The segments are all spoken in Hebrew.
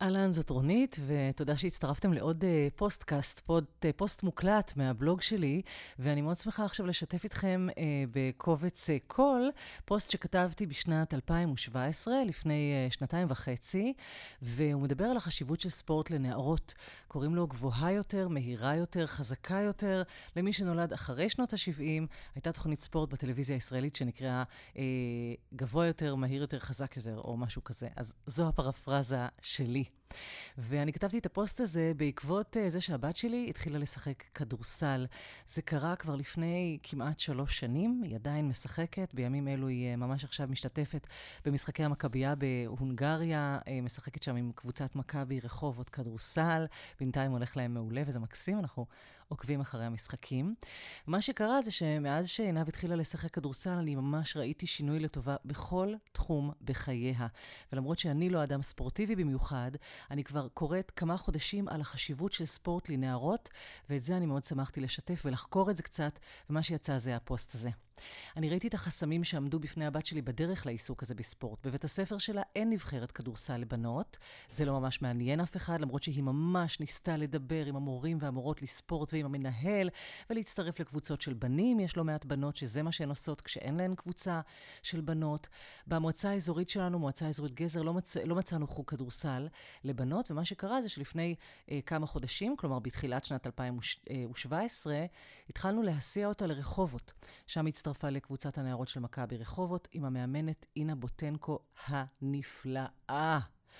אהלן, זאת רונית, ותודה שהצטרפתם לעוד פוסט מוקלט מהבלוג שלי, ואני מאוד שמחה עכשיו לשתף איתכם בקובץ קול, פוסט שכתבתי בשנת 2017, לפני 2.5, והוא מדבר על החשיבות של ספורט לנערות. קוראים לו גבוהה יותר, מהירה יותר, חזקה יותר. למי שנולד אחרי שנות ה-70, הייתה תוכנית ספורט בטלוויזיה הישראלית שנקראה גבוה יותר, מהיר יותר, חזק יותר, או משהו כזה. אז זו הפרפרזה שלי. ואני כתבתי את הפוסט הזה בעקבות זה שהבת שלי התחילה לשחק כדורסל. זה קרה כבר לפני כמעט 3 שנים, היא עדיין משחקת, בימים אלו היא ממש עכשיו משתתפת במשחקי המכבייה בהונגריה, משחקת שם עם קבוצת מכבי רחובות כדורסל, בינתיים הולך להם מעולה וזה מקסים, אנחנו עוקבים אחרי המשחקים. מה שקרה זה שמאז שעינב התחילה לשחק כדורסל, אני ממש ראיתי שינוי לטובה בכל תחום בחייה. ולמרות שאני לא אדם ספורטיבי במיוחד, אני כבר קוראת כמה חודשים על החשיבות של ספורט לנערות, ואת זה אני מאוד שמחתי לשתף ולחקור את זה קצת, ומה שיצא זה הפוסט הזה. אני ראיתי את החסמים שעמדו בפני הבת שלי בדרך לעיסוק הזה בספורט. בבית הספר שלה אין נבחרת כדורסל לבנות, זה לא ממש מעניין אף אחד, למרות שהיא ממש ניסתה לדבר עם המורים והמורות לספורט ועם המנהל, ולהצטרף לקבוצות של בנים. יש לא מעט בנות שזה מה שהן עושות כשאין להן קבוצה של בנות. במועצה האזורית שלנו, מועצה האזורית גזר, לא מצאנו חוג כדורסל לבנות, ומה שקרה זה שלפני כמה חודשים, כלומר בתחילת שנת 2017, התחלנו להסיע אותה לרחובות. שם הצטרפה לקבוצת הנערות של מכבי רחובות עם המאמנת אינה בוטנקו הנפלאה.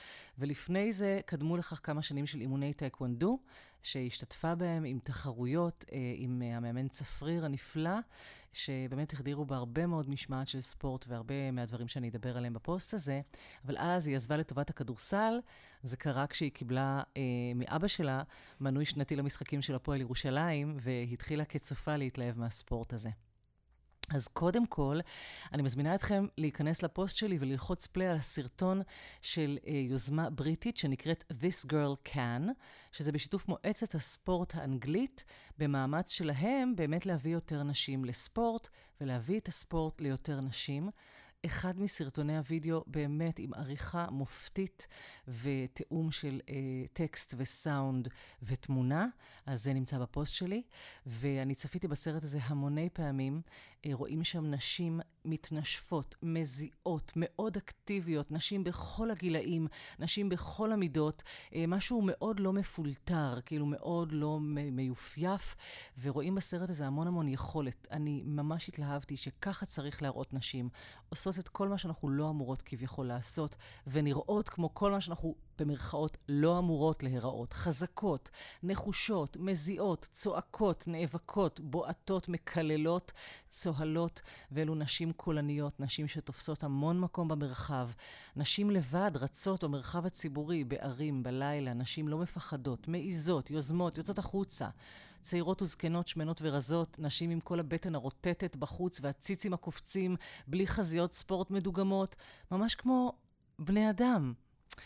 ולפני זה קדמו לכך כמה שנים של אימוני טייקוונדו, שהשתתפה בהם עם תחרויות, עם המאמן צפריר הנפלא, שבאמת החדירו בהרבה מאוד משמעת של ספורט, והרבה מהדברים שאני אדבר עליהם בפוסט הזה. אבל אז היא עזבה לטובת הכדורסל, זה קרה כשהיא קיבלה מאבא שלה מנוי שנתי למשחקים של הפועל ירושלים, והתחילה כצופה להתלהב מהספורט הזה. אז קודם כל, אני מזמינה אתכם להיכנס לפוסט שלי וללחוץ פליי על הסרטון של יוזמה בריטית שנקראת This Girl Can, שזה בשיתוף מועצת הספורט האנגלית, במאמץ שלהם באמת להביא יותר נשים לספורט, ולהביא את הספורט ליותר נשים. אחד מסרטוני הוידאו באמת עם עריכה מופתית ותאום של טקסט וסאונד ותמונה, אז זה נמצא בפוסט שלי, ואני צפיתי בסרט הזה המוני פעמים. רואים שם נשים מתנשפות, מזיעות, מאוד אקטיביות, נשים בכל הגילאים, נשים בכל המידות, משהו מאוד לא מפולטר, כאילו מאוד לא מיופייף, ורואים בסרט הזה המון יכולת. אני ממש התלהבתי שככה צריך להראות נשים, עושות את כל מה שאנחנו לא אמורות כביכול לעשות, ונראות כמו כל מה שאנחנו במרכאות לא אמורות להיראות. חזקות, נחושות, מזיעות, צועקות, נאבקות, בועטות, מקללות, צוהלות, ואלו נשים קולניות, נשים שתופסות המון מקום במרחב, נשים לבד רצות במרחב הציבורי, בערים, בלילה, נשים לא מפחדות, מעיזות, יוזמות, יוצאות החוצה, צעירות וזקנות, שמנות ורזות, נשים עם כל הבטן הרוטטת בחוץ והציצים הקופצים, בלי חזיות ספורט מדוגמות, ממש כמו בני אדם.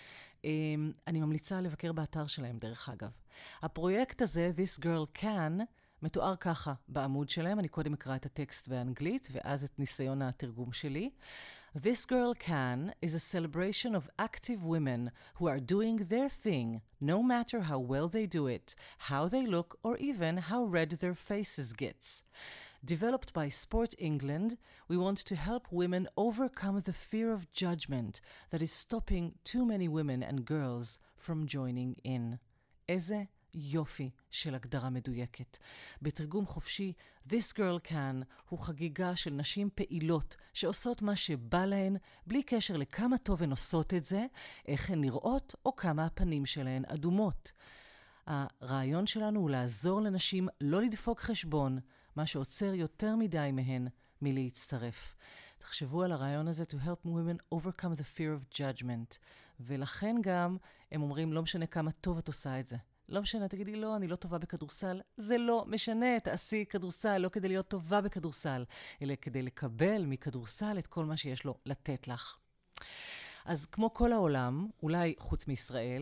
אני ממליצה לבקר באתר שלהם דרך אגב. הפרויקט הזה, This Girl Can, מתואר ככה בעמוד שלהם. אני קודם אקרא את הטקסט באנגלית ואז את ניסיון התרגום שלי. This Girl Can is a celebration of active women who are doing their thing, no matter how well they do it, how they look, or even how red their faces gets. Developed by Sport England, we want to help women overcome the fear of judgment that is stopping too many women and girls from joining in. איזה יופי של הגדרה מדויקת. בתרגום חופשי, This Girl Can הוא חגיגה של נשים פעילות שעושות מה שבא להן, בלי קשר לכמה טוב הן עושות את זה, איך הן נראות או כמה הפנים שלהן אדומות. הרעיון שלנו הוא לעזור לנשים לא לדפוק חשבון, מה שעוצר יותר מדי מהן מלהצטרף. תחשבו על הרעיון הזה, to help women overcome the fear of judgment. ולכן גם הם אומרים, לא משנה כמה טוב את עושה את זה. לא משנה, תגידי, לא, אני לא טובה בכדורסל. זה לא משנה, תעשי כדורסל, לא כדי להיות טובה בכדורסל, אלא כדי לקבל מכדורסל את כל מה שיש לו לתת לך. אז כמו כל העולם, אולי חוץ מישראל,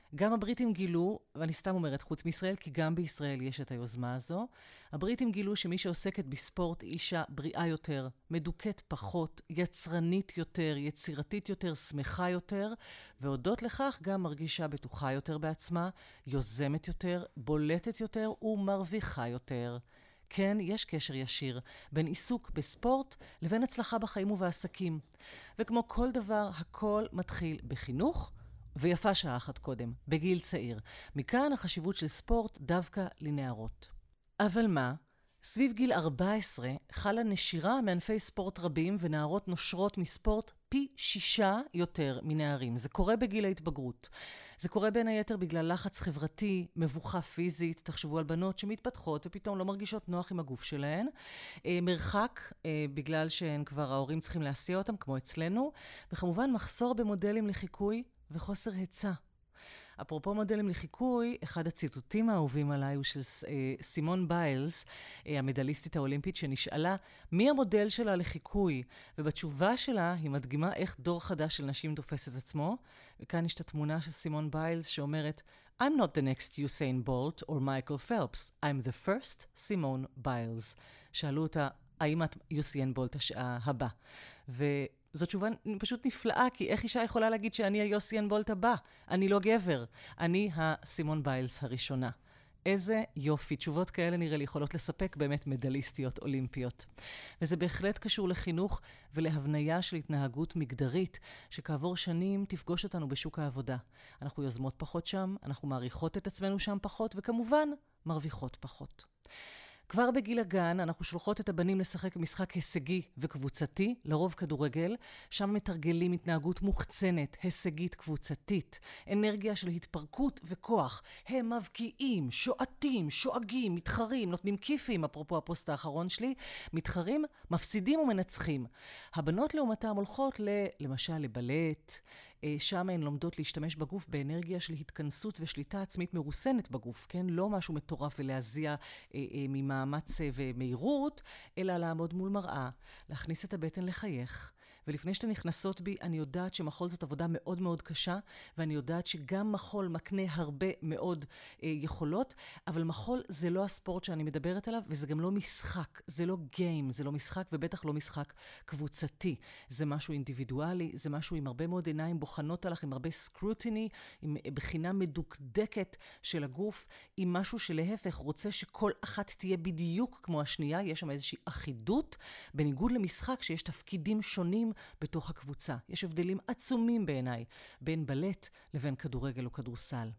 גם הבריטים גילו, ואני סתם אומרת חוץ מישראל, כי גם בישראל יש את היוזמה הזו, הבריטים גילו שמי שעוסקת בספורט היא אישה בריאה יותר, מדוכאת פחות, יצרנית יותר, יצירתית יותר, שמחה יותר, והודות לכך גם מרגישה בטוחה יותר בעצמה, יוזמת יותר, בולטת יותר ומרוויחה יותר. כן, יש קשר ישיר בין עיסוק בספורט לבין הצלחה בחיים ובעסקים. וכמו כל דבר, הכל מתחיל בחינוך, ויפה שעה אחת קודם, בגיל צעיר. מכאן החשיבות של ספורט דווקא לנערות. אבל מה? סביב גיל 14 חלה נשירה מענפי ספורט רבים, ונערות נושרות מספורט פי 6 יותר מנערים. זה קורה בגיל ההתבגרות. זה קורה בין היתר בגלל לחץ חברתי, מבוכה פיזית, תחשבו על בנות שמתפתחות ופתאום לא מרגישות נוח עם הגוף שלהן. מרחק, בגלל שהן כבר ההורים צריכים להסיע אותם, כמו אצלנו. וכמובן מחסור במודלים לחיקוי וחוסר היצע. אפרופו מודלים לחיקוי, אחד הציטוטים האהובים עליי הוא של סימון ביילס, המדליסטית האולימפית, שנשאלה מי המודל שלה לחיקוי, ובתשובה שלה היא מדגימה איך דור חדש של נשים תופס את עצמו, וכאן יש את התמונה של סימון ביילס שאומרת I'm not the next Usain Bolt or Michael Phelps, I'm the first Simone Biles. שאלו אותה, האם את יוסיין בולט הבא? וזאת תשובה פשוט נפלאה, כי איך אישה יכולה להגיד שאני היוסיין בולט הבא? אני לא גבר, אני הסימון ביילס הראשונה. איזה יופי, תשובות כאלה נראה לי יכולות לספק באמת מדליסטיות אולימפיות. וזה בהחלט קשור לחינוך ולהבניה של התנהגות מגדרית, שכעבור שנים תפגוש אותנו בשוק העבודה. אנחנו יוזמות פחות שם, אנחנו מעריכות את עצמנו שם פחות, וכמובן מרוויחות פחות. כבר בגיל הגן אנחנו שולחות את הבנים לשחק משחק הישגי וקבוצתי, לרוב כדורגל, שם מתרגלים התנהגות מוחצנת, הישגית קבוצתית, אנרגיה של התפרקות וכוח. הם מבקיעים, שועטים, שואגים, מתחרים, נותנים כיפים, אפרופו הפוסט האחרון שלי, מתחרים, מפסידים ומנצחים. הבנות לעומתם הולכות למשל לבלט, שם הן לומדות להשתמש בגוף באנרגיה של התכנסות ושליטה עצמית מרוסנת בגוף, כן? לא משהו מטורף ולהזיע ממאמץ ומהירות, אלא לעמוד מול מראה, להכניס את הבטן לחייך. ולפני שאתן נכנסות בי, אני יודעת שמחול זאת עבודה מאוד מאוד קשה, ואני יודעת שגם מחול מקנה הרבה מאוד יכולות, אבל מחול זה לא הספורט שאני מדברת עליו, וזה גם לא משחק, זה לא גיים, זה לא משחק, ובטח לא משחק קבוצתי. זה משהו אינדיבידואלי, זה משהו עם הרבה מאוד עיניים בוחנות עליך, עם הרבה סקרוטיני, עם בחינה מדוקדקת של הגוף, עם משהו שלהפך רוצה שכל אחת תהיה בדיוק כמו השנייה, יש שם איזושהי אחידות, בניגוד למשחק שיש תפקידים שונים בתוך הקבוצה. יש הבדלים עצומים בעיניי, בין בלט לבין כדורגל או כדורסל.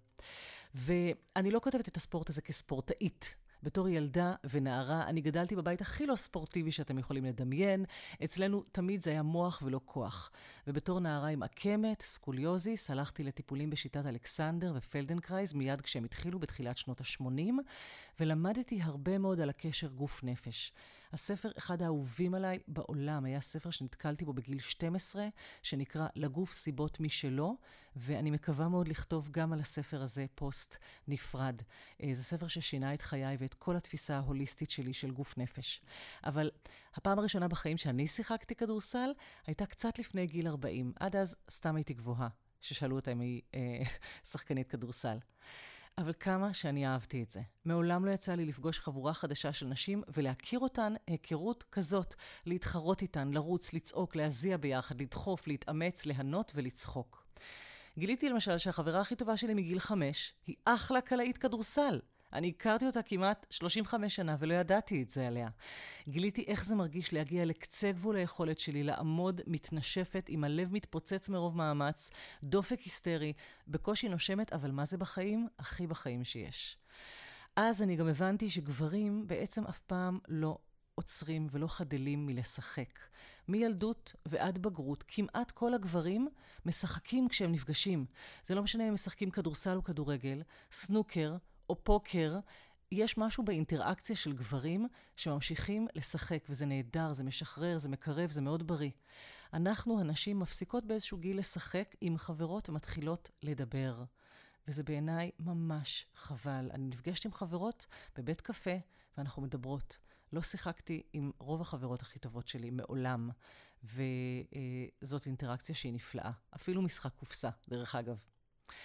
ואני לא כותבת את הספורט הזה כספורטאית. בתור ילדה ונערה, אני גדלתי בבית הכי לא ספורטיבי שאתם יכולים לדמיין. אצלנו תמיד זה היה מוח ולא כוח. ובתור נערה עם עקמת, סקוליוזיס, הלכתי לטיפולים בשיטת אלכסנדר ופלדנקרייז מיד כשהם התחילו בתחילת שנות ה-80, ולמדתי הרבה מאוד על הקשר גוף נפש. הספר אחד האהובים עליי בעולם היה ספר שנתקלתי בו בגיל 12, שנקרא לגוף סיבות משלו, ואני מקווה מאוד לכתוב גם על הספר הזה פוסט נפרד. זה ספר ששינה את חיי ואת כל התפיסה ההוליסטית שלי של גוף נפש. אבל הפעם הראשונה בחיים שאני שיחקתי כדורסל הייתה קצת לפני גיל 40. עד אז סתם הייתי גבוהה, ששאלו אותה אם היא שחקנית כדורסל. אבל כמה שאני אהבתי את זה. מעולם לא יצא לי לפגוש חבורה חדשה של נשים ולהכיר אותן היכרות כזאת, להתחרות איתן, לרוץ, לצעוק, להזיע ביחד, לדחוף, להתאמץ, להנות ולצחוק. גיליתי למשל שהחברה הכי טובה שלי מגיל 5 היא אחלה קלעית כדורסל. אני הכרתי אותה כמעט 35 שנה ולא ידעתי את זה עליה. גיליתי איך זה מרגיש להגיע לקצה גבול היכולת שלי, לעמוד מתנשפת עם הלב מתפוצץ מרוב מאמץ, דופק היסטרי, בקושי נושמת, אבל מה זה בחיים? הכי בחיים שיש. אז אני גם הבנתי שגברים בעצם אף פעם לא עוצרים ולא חדלים מלשחק. מילדות ועד בגרות, כמעט כל הגברים משחקים כשהם נפגשים. זה לא משנה אם משחקים כדורסל או כדורגל, סנוקר או פוקר, יש משהו באינטראקציה של גברים שממשיכים לשחק, וזה נהדר, זה משחרר, זה מקרב, זה מאוד בריא. אנחנו, הנשים, מפסיקות באיזשהו גיל לשחק עם חברות ומתחילות לדבר. וזה בעיניי ממש חבל. אני נפגשת עם חברות בבית קפה ואנחנו מדברות. לא שיחקתי עם רוב החברות הכי טובות שלי מעולם, וזאת אינטראקציה שהיא נפלאה. אפילו משחק קופסה, דרך אגב.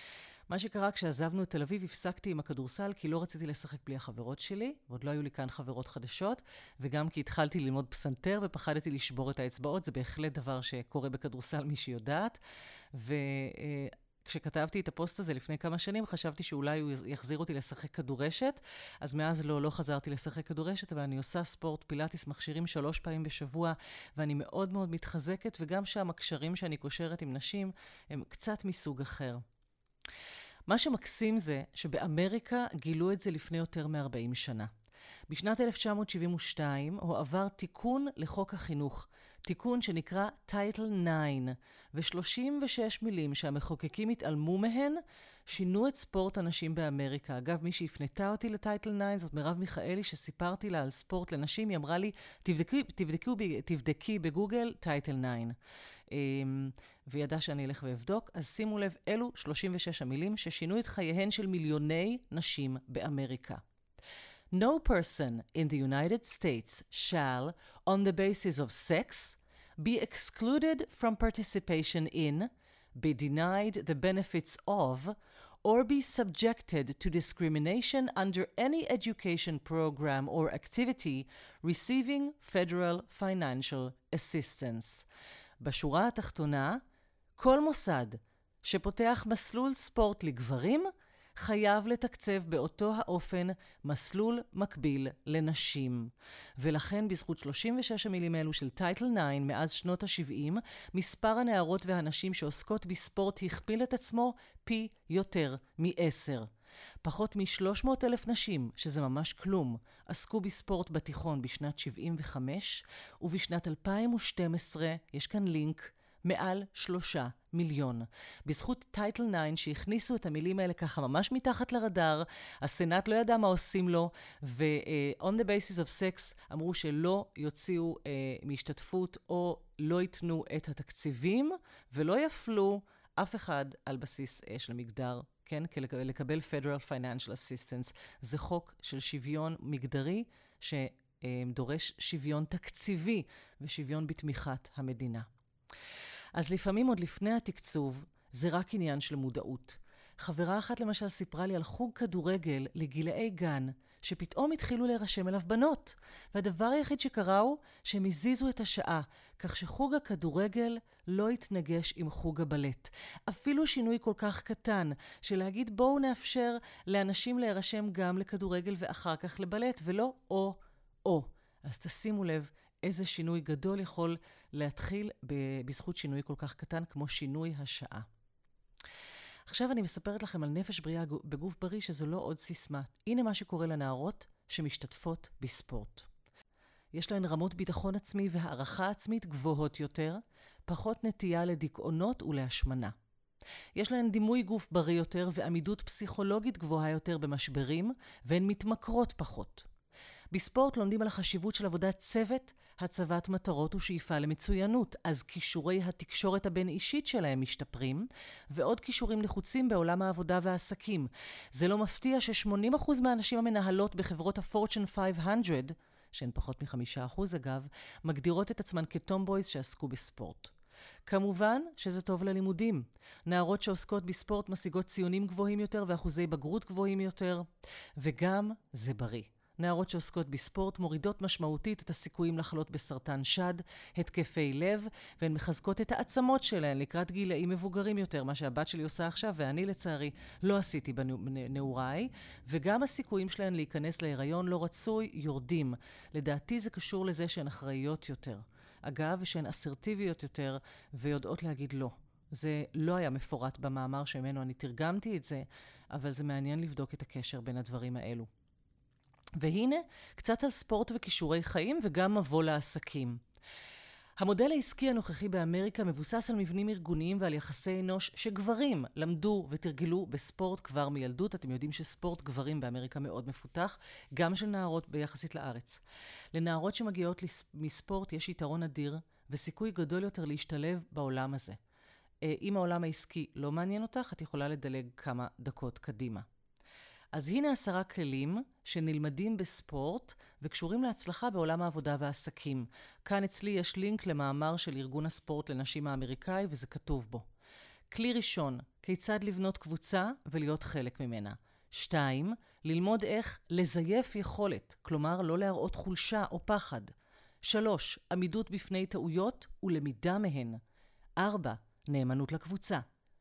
מה שקרה כשעזבנו את תל אביב, הפסקתי עם הכדורסל, כי לא רציתי לשחק בלי החברות שלי, ועוד לא היו לי כאן חברות חדשות, וגם כי התחלתי ללמוד פסנתר ופחדתי לשבור את האצבעות, זה בהחלט דבר שקורה בכדורסל, מי שיודעת. כשכתבתי את הפוסט הזה לפני כמה שנים, חשבתי שאולי הוא יחזיר אותי לשחק כדורשת, אז מאז לא חזרתי לשחק כדורשת, אבל אני עושה ספורט פילאטיס מכשירים 3 פעמים בשבוע, ואני מאוד מאוד מתחזקת, וגם שהמקשרים שאני קושרת עם נשים הם קצת מסוג אחר. מה שמקסים זה שבאמריקה גילו את זה לפני יותר מ-40 שנה. בשנת 1972 הוא עבר תיקון לחוק החינוך, תיקון שנקרא טייטל 9, ו36 מילים שהמחוקקים התעלמו מהן, שינו את ספורט הנשים באמריקה. אגב, מי שהפנתה אותי לטייטל 9 זאת מרב מיכאלי, שסיפרתי לה על ספורט לנשים, היא אמרה לי, תבדקי בגוגל טייטל 9. וידע שאני אלך ואבדוק, אז שימו לב, אלו 36 המילים ששינו את חייהן של מיליוני נשים באמריקה. No person in the United States shall, on the basis of sex, be excluded from participation in, be denied the benefits of, or be subjected to discrimination under any education program or activity receiving federal financial assistance. בשורה התחתונה, כל מוסד שפותח מסלול ספורט לגברים, חייב לתקצב באותו האופן מסלול מקביל לנשים. ולכן בזכות 36 המילים האלו של טייטל 9 מאז שנות ה-70, מספר הנערות והנשים שעוסקות בספורט הכפיל את עצמו פי יותר מ-10. פחות מ-300,000 נשים, שזה ממש כלום, עסקו בספורט בתיכון בשנת 75, ובשנת 2012, יש כאן לינק, מעל 3 מיליון. בזכות טייטל 9 שהכניסו את המילים האלה ככה ממש מתחת לרדאר, הסנאט לא ידע מה עושים לו, ו-on the basis of sex אמרו שלא יוציאו מהשתתפות או לא ייתנו את התקציבים, ולא יפלו אף אחד על בסיס של מגדר, כן? לקבל federal financial assistance. זה חוק של שוויון מגדרי שדורש שוויון תקציבי ושוויון בתמיכת המדינה. אז לפעמים עוד לפני התקצוב, זה רק עניין של מודעות. חברה אחת למשל סיפרה לי על חוג כדורגל לגילאי גן, שפתאום התחילו להירשם אליו בנות. והדבר היחיד שקרה הוא שהם הזיזו את השעה, כך שחוג הכדורגל לא התנגש עם חוג הבלט. אפילו שינוי כל כך קטן, של להגיד בואו נאפשר לאנשים להירשם גם לכדורגל ואחר כך לבלט, ולא או. אז תשימו לב, איזה שינוי גדול יכול להתחיל בזכות שינוי כל כך קטן כמו שינוי השעה. עכשיו אני מספרת לכם על נפש בריאה בגוף בריא, שזו לא עוד סיסמה. הנה מה שקורה לנערות שמשתתפות בספורט. יש להן רמות ביטחון עצמי והערכה עצמית גבוהות יותר, פחות נטייה לדיכאונות ולהשמנה. יש להן דימוי גוף בריא יותר ועמידות פסיכולוגית גבוהה יותר במשברים, והן מתמכרות פחות. בספורט לומדים על החשיבות של עבודת צוות, הצבת מטרות ושאיפה למצוינות, אז כישורי התקשורת הבין אישית שלהם משתפרים, ועוד כישורים נחוצים בעולם העבודה והעסקים. זה לא מפתיע ש80% מהנשים המנהלות בחברות ה-Fortune 500, שהן פחות מ5% אגב, מגדירות את עצמן כטומבויז שעסקו בספורט. כמובן שזה טוב ללימודים. נערות שעוסקות בספורט משיגות ציונים גבוהים יותר ואחוזי בגרות גבוהים יותר, וגם זה בריא. נערות שעוסקות בספורט מורידות משמעותית את הסיכויים לחלות בסרטן שד, התקפי לב, והן מחזקות את העצמות שלהן לקראת גילאים מבוגרים יותר, מה שהבת שלי עושה עכשיו, ואני לצערי לא עשיתי בנעוריי, וגם הסיכויים שלהן להיכנס להיריון לא רצוי יורדים. לדעתי זה קשור לזה שהן אחראיות יותר. אגב, שהן אסרטיביות יותר ויודעות להגיד לא. זה לא היה מפורט במאמר שממנו אני תרגמתי את זה, אבל זה מעניין לבדוק את הקשר בין הדברים האלו. והנה, קצת על ספורט וכישורי חיים וגם מבוא לעסקים. המודל העסקי הנוכחי באמריקה מבוסס על מבנים ארגוניים ועל יחסי אנוש שגברים למדו ותרגלו בספורט כבר מילדות. אתם יודעים שספורט גברים באמריקה מאוד מפותח, גם של נערות ביחסית לארץ. לנערות שמגיעות מספורט יש יתרון אדיר וסיכוי גדול יותר להשתלב בעולם הזה. אם העולם העסקי לא מעניין אותך, את יכולה לדלג כמה דקות קדימה. אז הנה 10 כלים שנלמדים בספורט וקשורים להצלחה בעולם העבודה והעסקים. כאן אצלי יש לינק למאמר של ארגון הספורט לנשים האמריקאי וזה כתוב בו. כלי ראשון, כיצד לבנות קבוצה ולהיות חלק ממנה. 2. ללמוד איך לזייף יכולת, כלומר לא להראות חולשה או פחד. 3. עמידות בפני טעויות ולמידה מהן. 4. נאמנות לקבוצה.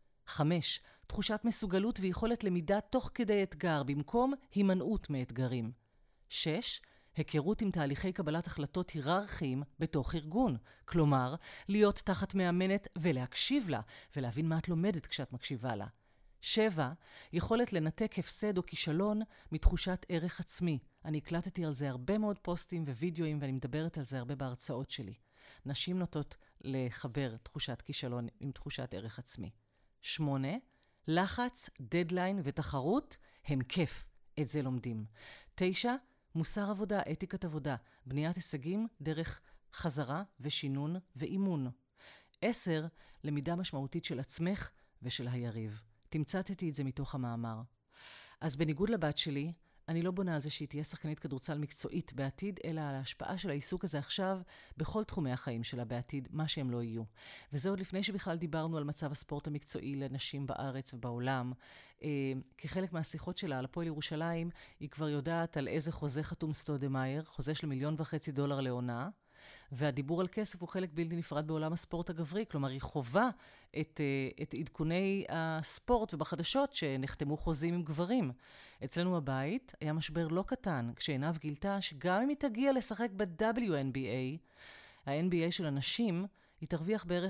5. תחושת מסוגלות ויכולת למידה תוך כדי אתגר במקום הימנעות מאתגרים. 6. היכרות עם תהליכי קבלת החלטות היררכיים בתוך ארגון. כלומר, להיות תחת מאמנת ולהקשיב לה, ולהבין מה את לומדת כשאת מקשיבה לה. 7. יכולת לנתק הפסד או כישלון מתחושת ערך עצמי. אני הקלטתי על זה הרבה מאוד פוסטים ווידאוים, ואני מדברת על זה הרבה בהרצאות שלי. נשים נוטות לחבר תחושת כישלון עם תחושת ערך עצמי. 8. לחץ, דדליין ותחרות הם כיף. את זה לומדים. 9. מוסר עבודה, אתיקת עבודה, בניית הישגים דרך חזרה ושינון ואימון. 10. למידה משמעותית של עצמך ושל היריב. תמצאתי את זה מתוך המאמר. אז בניגוד לבת שלי, אני לא בונה על זה שהיא תהיה שחקנית כדורסל מקצועית בעתיד, אלא על ההשפעה של העיסוק הזה עכשיו בכל תחומי החיים שלה בעתיד, מה שהם לא יהיו. וזה עוד לפני שבכלל דיברנו על מצב הספורט המקצועי לנשים בארץ ובעולם. כחלק מהשיחות שלה על הפועל ירושלים, היא כבר יודעת על איזה חוזה חתום סטודמאייר, חוזה של $1.5 מיליון לעונה, והדיבור על כסף הוא חלק בלתי נפרד בעולם הספורט הגברי, כלומר היא חובה את עדכוני הספורט ובחדשות שנחתמו חוזים עם גברים. אצלנו בבית היה משבר לא קטן, כשעינב גילתה שגם אם היא תגיע לשחק ב-WNBA, ה-NBA של הנשים, היא תרוויח בערך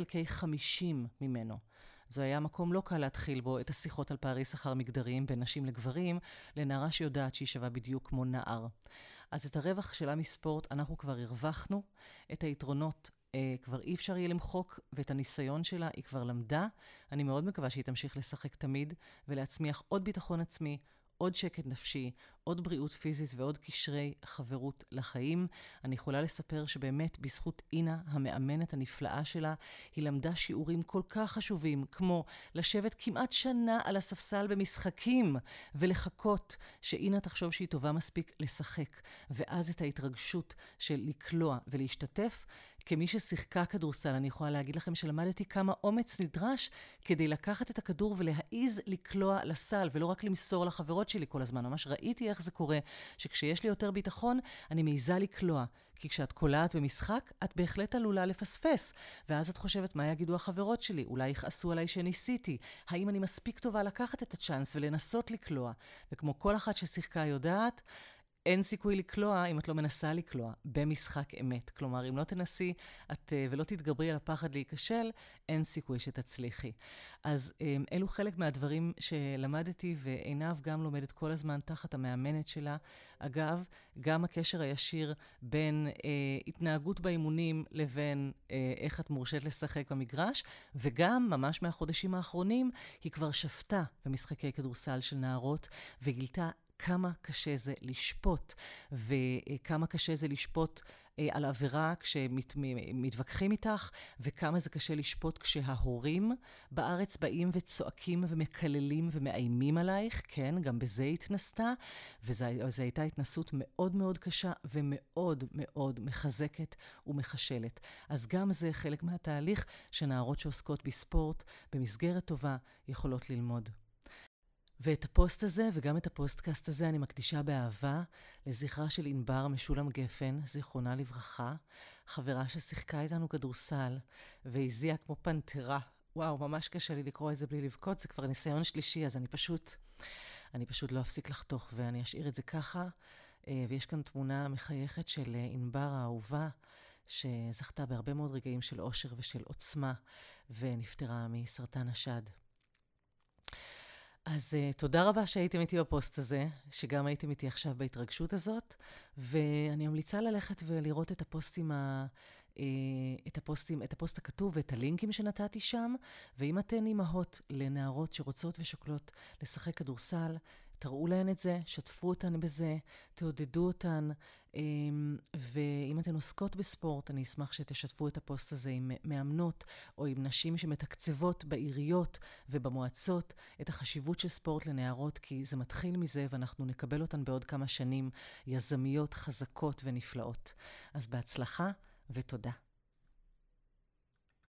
1/50 ממנו. זו היה מקום לא קל להתחיל בו את השיחות על פערי שכר מגדריים בין נשים לגברים, לנערה שיודעת שהיא שווה בדיוק כמו נער. אז את הרווח שלה מספורט אנחנו כבר הרווחנו, את היתרונות כבר אי אפשר יהיה למחוק, ואת הניסיון שלה היא כבר למדה. אני מאוד מקווה שהיא תמשיך לשחק תמיד, ולהצמיח עוד ביטחון עצמי, עוד שקט נפשי, עוד בריאות פיזית ועוד קשרי חברות לחיים. אני יכולה לספר שבאמת בזכות אינה, המאמנת הנפלאה שלה, היא למדה שיעורים כל כך חשובים, כמו לשבת כמעט שנה על הספסל במשחקים, ולחכות שאינה תחשוב שהיא טובה מספיק לשחק, ואז את ההתרגשות של לקלוע ולהשתתף. כמי ששיחקה כדורסל, אני יכולה להגיד לכם שלמדתי כמה אומץ נדרש כדי לקחת את הכדור ולהעיז לקלוע לסל, ולא רק למסור לחברות שלי כל הזמן. ממש ראיתי איך זה קורה, שכשיש לי יותר ביטחון, אני מעיזה לקלוע. כי כשאת קולעת במשחק, את בהחלט עלולה לפספס. ואז את חושבת, מה יגידו החברות שלי? אולי יכעסו עליי שניסיתי. האם אני מספיק טובה לקחת את הצ'אנס ולנסות לקלוע? וכמו כל אחת ששיחקה יודעת, אין סיכוי לקלוע אם את לא מנסה לקלוע במשחק אמת. כלומר, אם לא תנסי ולא תתגברי על הפחד להיכשל, אין סיכוי שתצליחי. אז אלו חלק מהדברים שלמדתי, ועינב גם לומדת כל הזמן תחת המאמנת שלה. אגב, גם הקשר הישיר בין התנהגות באימונים לבין איך את מורשת לשחק במגרש, וגם ממש מהחודשים האחרונים היא כבר שפטה במשחקי כדורסל של נערות, וגילתה כמה קשה זה לשפוט, וכמה קשה זה לשפוט על עבירה כשמתווכחים איתך, וכמה זה קשה לשפוט כשההורים בארץ באים וצועקים ומקללים ומאיימים עלייך. כן, גם בזה התנסתה, וזו הייתה התנסות מאוד מאוד קשה ומאוד מאוד מחזקת ומחשלת. אז גם זה חלק מהתהליך שנערות שעוסקות בספורט במסגרת טובה יכולות ללמוד. ואת הפוסט הזה וגם את הפוסטקאסט הזה אני מקדישה באהבה לזכרה של ענבר משולם גפן, זיכרונה לברכה, חברה ששיחקה איתנו כדורסל והזיעה כמו פנתרה. וואו, ממש קשה לי לקרוא את זה בלי לבכות, זה כבר ניסיון שלישי, אז אני פשוט לא אפסיק לחתוך ואני אשאיר את זה ככה. ויש כאן תמונה מחייכת של ענבר האהובה, שזכתה בהרבה מאוד רגעים של אושר ושל עוצמה, ונפטרה מסרטן השד. אז תודה רבה שהייתם איתי בפוסט הזה, שגם הייתם איתי עכשיו בהתרגשות הזאת, ואני ממליצה ללכת ולראות את הפוסט הכתוב ואת הלינקים שנתתי שם, ואם אתן אימהות לנערות שרוצות ושוקלות לשחק כדורסל, תראו להן את זה, שתפו אותן בזה, תעודדו אותן, ואם אתן עוסקות בספורט, אני אשמח שתשתפו את הפוסט הזה עם מאמנות, או עם נשים שמתקצבות בעיריות ובמועצות את החשיבות של ספורט לנערות, כי זה מתחיל מזה, ואנחנו נקבל אותן בעוד כמה שנים יזמיות, חזקות ונפלאות. אז בהצלחה ותודה.